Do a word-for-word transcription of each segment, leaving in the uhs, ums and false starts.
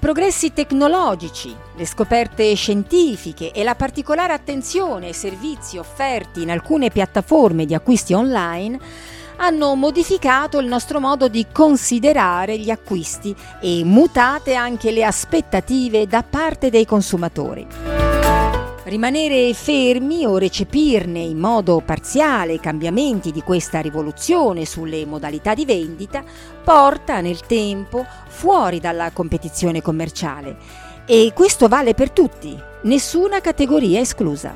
progressi tecnologici, le scoperte scientifiche e la particolare attenzione ai servizi offerti in alcune piattaforme di acquisti online hanno modificato il nostro modo di considerare gli acquisti e mutate anche le aspettative da parte dei consumatori. Rimanere fermi o recepirne in modo parziale i cambiamenti di questa rivoluzione sulle modalità di vendita porta nel tempo fuori dalla competizione commerciale e questo vale per tutti, nessuna categoria esclusa.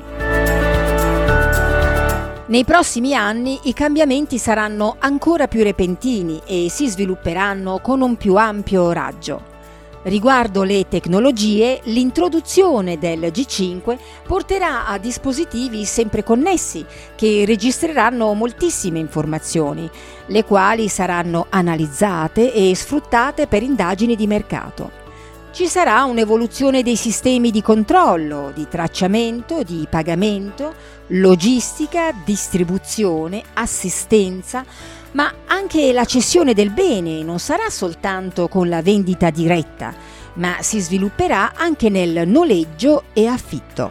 Nei prossimi anni i cambiamenti saranno ancora più repentini e si svilupperanno con un più ampio raggio. Riguardo le tecnologie, l'introduzione del G cinque porterà a dispositivi sempre connessi che registreranno moltissime informazioni, le quali saranno analizzate e sfruttate per indagini di mercato. Ci sarà un'evoluzione dei sistemi di controllo, di tracciamento, di pagamento, logistica, distribuzione, assistenza, ma anche la cessione del bene non sarà soltanto con la vendita diretta, ma si svilupperà anche nel noleggio e affitto.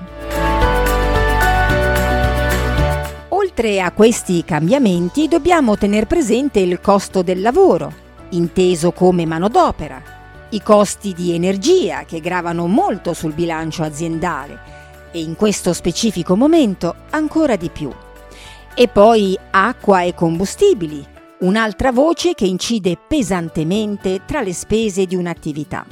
Oltre a questi cambiamenti dobbiamo tener presente il costo del lavoro, inteso come manodopera, i costi di energia che gravano molto sul bilancio aziendale e in questo specifico momento ancora di più. E poi acqua e combustibili, un'altra voce che incide pesantemente tra le spese di un'attività.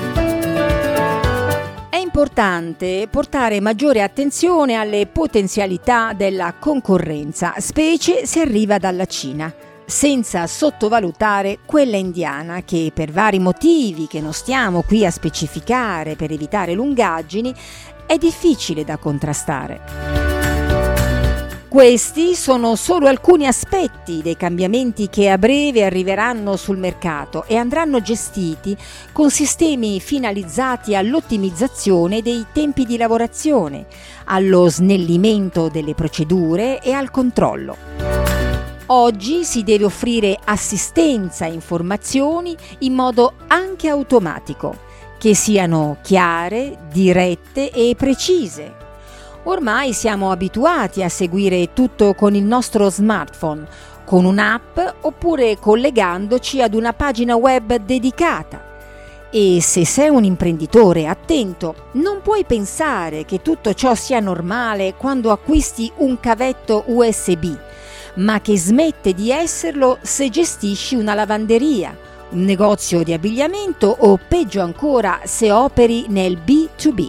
È importante portare maggiore attenzione alle potenzialità della concorrenza, specie se arriva dalla Cina, senza sottovalutare quella indiana che per vari motivi che non stiamo qui a specificare per evitare lungaggini è difficile da contrastare. Questi sono solo alcuni aspetti dei cambiamenti che a breve arriveranno sul mercato e andranno gestiti con sistemi finalizzati all'ottimizzazione dei tempi di lavorazione, allo snellimento delle procedure e al controllo. Oggi si deve offrire assistenza e informazioni in modo anche automatico, che siano chiare, dirette e precise. Ormai siamo abituati a seguire tutto con il nostro smartphone, con un'app oppure collegandoci ad una pagina web dedicata. E se sei un imprenditore attento, non puoi pensare che tutto ciò sia normale quando acquisti un cavetto U S B, ma che smette di esserlo se gestisci una lavanderia, un negozio di abbigliamento o peggio ancora se operi nel B due B.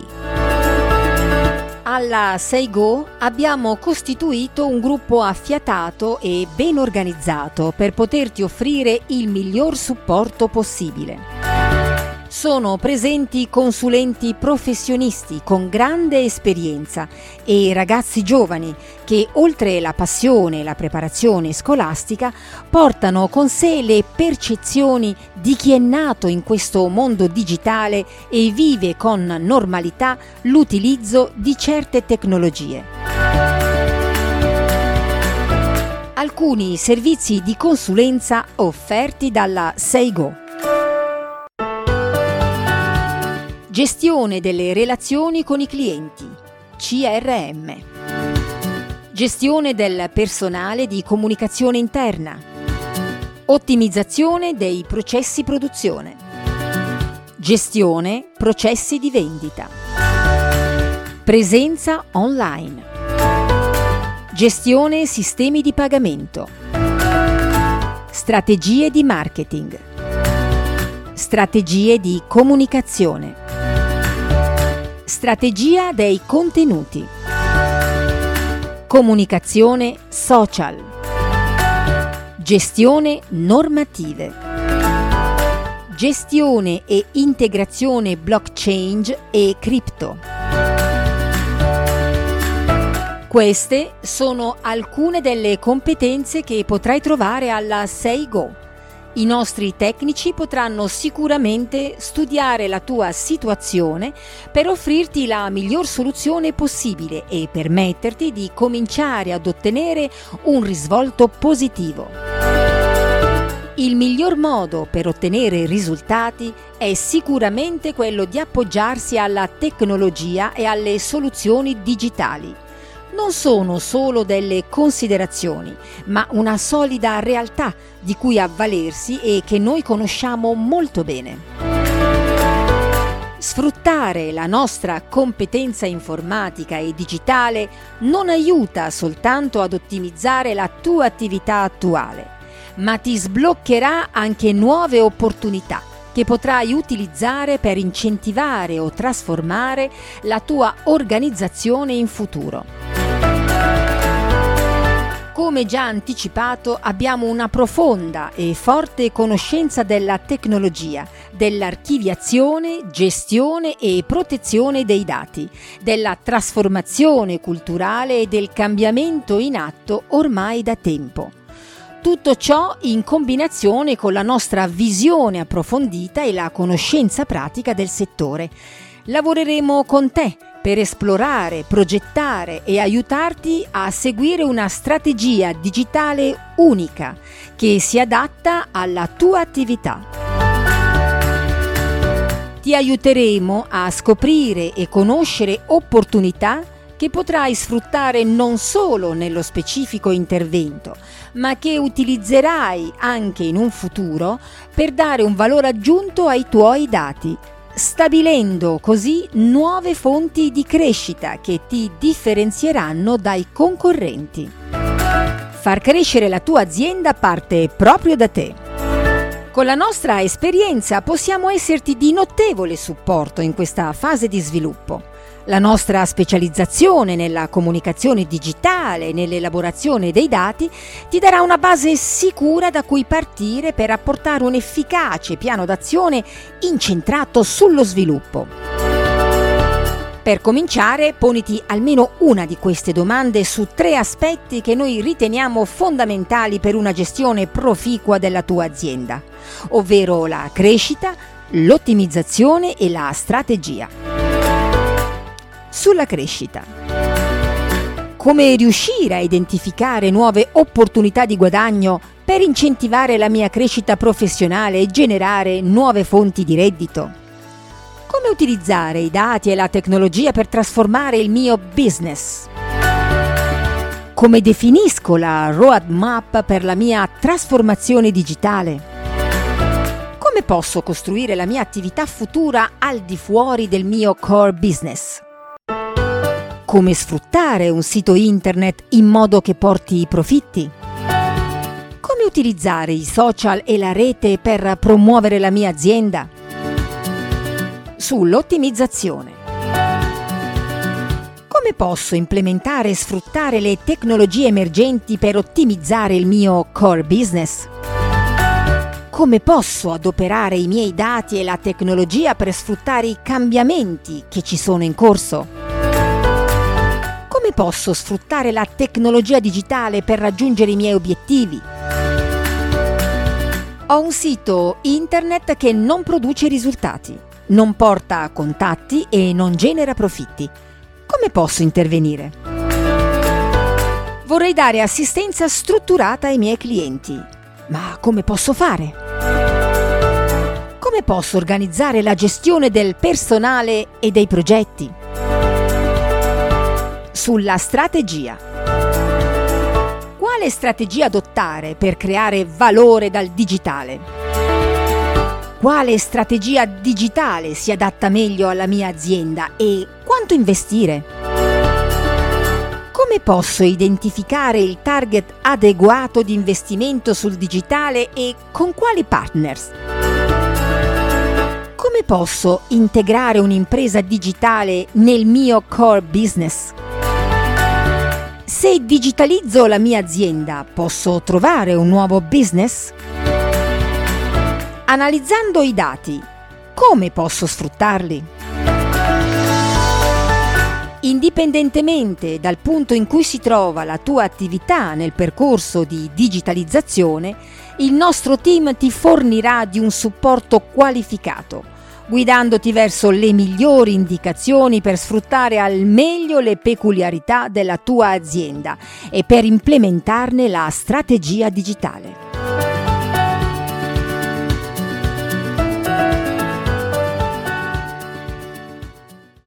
Alla SayGo abbiamo costituito un gruppo affiatato e ben organizzato per poterti offrire il miglior supporto possibile. Sono presenti consulenti professionisti con grande esperienza e ragazzi giovani che, oltre la passione e la preparazione scolastica, portano con sé le percezioni di chi è nato in questo mondo digitale e vive con normalità l'utilizzo di certe tecnologie. Alcuni servizi di consulenza offerti dalla SayGo. Gestione delle relazioni con i clienti, C R M. Gestione del personale di comunicazione interna. Ottimizzazione dei processi produzione. Gestione processi di vendita. Presenza online. Gestione sistemi di pagamento. Strategie di marketing. Strategie di comunicazione. Strategia dei contenuti. Comunicazione social. Gestione normative. Gestione e integrazione blockchain e cripto. Queste sono alcune delle competenze che potrai trovare alla SayGo. I nostri tecnici potranno sicuramente studiare la tua situazione per offrirti la miglior soluzione possibile e permetterti di cominciare ad ottenere un risvolto positivo. Il miglior modo per ottenere risultati è sicuramente quello di appoggiarsi alla tecnologia e alle soluzioni digitali. Non sono solo delle considerazioni, ma una solida realtà di cui avvalersi e che noi conosciamo molto bene. Sfruttare la nostra competenza informatica e digitale non aiuta soltanto ad ottimizzare la tua attività attuale, ma ti sbloccherà anche nuove opportunità che potrai utilizzare per incentivare o trasformare la tua organizzazione in futuro. Come già anticipato, abbiamo una profonda e forte conoscenza della tecnologia, dell'archiviazione, gestione e protezione dei dati, della trasformazione culturale e del cambiamento in atto ormai da tempo. Tutto ciò in combinazione con la nostra visione approfondita e la conoscenza pratica del settore. Lavoreremo con te per esplorare, progettare e aiutarti a seguire una strategia digitale unica che si adatta alla tua attività. Ti aiuteremo a scoprire e conoscere opportunità che potrai sfruttare non solo nello specifico intervento, ma che utilizzerai anche in un futuro per dare un valore aggiunto ai tuoi dati, stabilendo così nuove fonti di crescita che ti differenzieranno dai concorrenti. Far crescere la tua azienda parte proprio da te. Con la nostra esperienza possiamo esserti di notevole supporto in questa fase di sviluppo. La nostra specializzazione nella comunicazione digitale e nell'elaborazione dei dati ti darà una base sicura da cui partire per apportare un efficace piano d'azione incentrato sullo sviluppo. Per cominciare, poniti almeno una di queste domande su tre aspetti che noi riteniamo fondamentali per una gestione proficua della tua azienda, ovvero la crescita, l'ottimizzazione e la strategia. Sulla crescita. Come riuscire a identificare nuove opportunità di guadagno per incentivare la mia crescita professionale e generare nuove fonti di reddito? Come utilizzare i dati e la tecnologia per trasformare il mio business? Come definisco la roadmap per la mia trasformazione digitale? Come posso costruire la mia attività futura al di fuori del mio core business? Come sfruttare un sito internet in modo che porti profitti? Come utilizzare i social e la rete per promuovere la mia azienda? Sull'ottimizzazione. Come posso implementare e sfruttare le tecnologie emergenti per ottimizzare il mio core business? Come posso adoperare i miei dati e la tecnologia per sfruttare i cambiamenti che ci sono in corso? Come posso sfruttare la tecnologia digitale per raggiungere i miei obiettivi? Ho un sito internet che non produce risultati, non porta contatti e non genera profitti. Come posso intervenire? Vorrei dare assistenza strutturata ai miei clienti, ma come posso fare? Come posso organizzare la gestione del personale e dei progetti? Sulla strategia. Quale strategia adottare per creare valore dal digitale? Quale strategia digitale si adatta meglio alla mia azienda e quanto investire? Come posso identificare il target adeguato di investimento sul digitale e con quali partners? Come posso integrare un'impresa digitale nel mio core business? Se digitalizzo la mia azienda, posso trovare un nuovo business? Analizzando i dati, come posso sfruttarli? Indipendentemente dal punto in cui si trova la tua attività nel percorso di digitalizzazione, il nostro team ti fornirà di un supporto qualificato, guidandoti verso le migliori indicazioni per sfruttare al meglio le peculiarità della tua azienda e per implementarne la strategia digitale.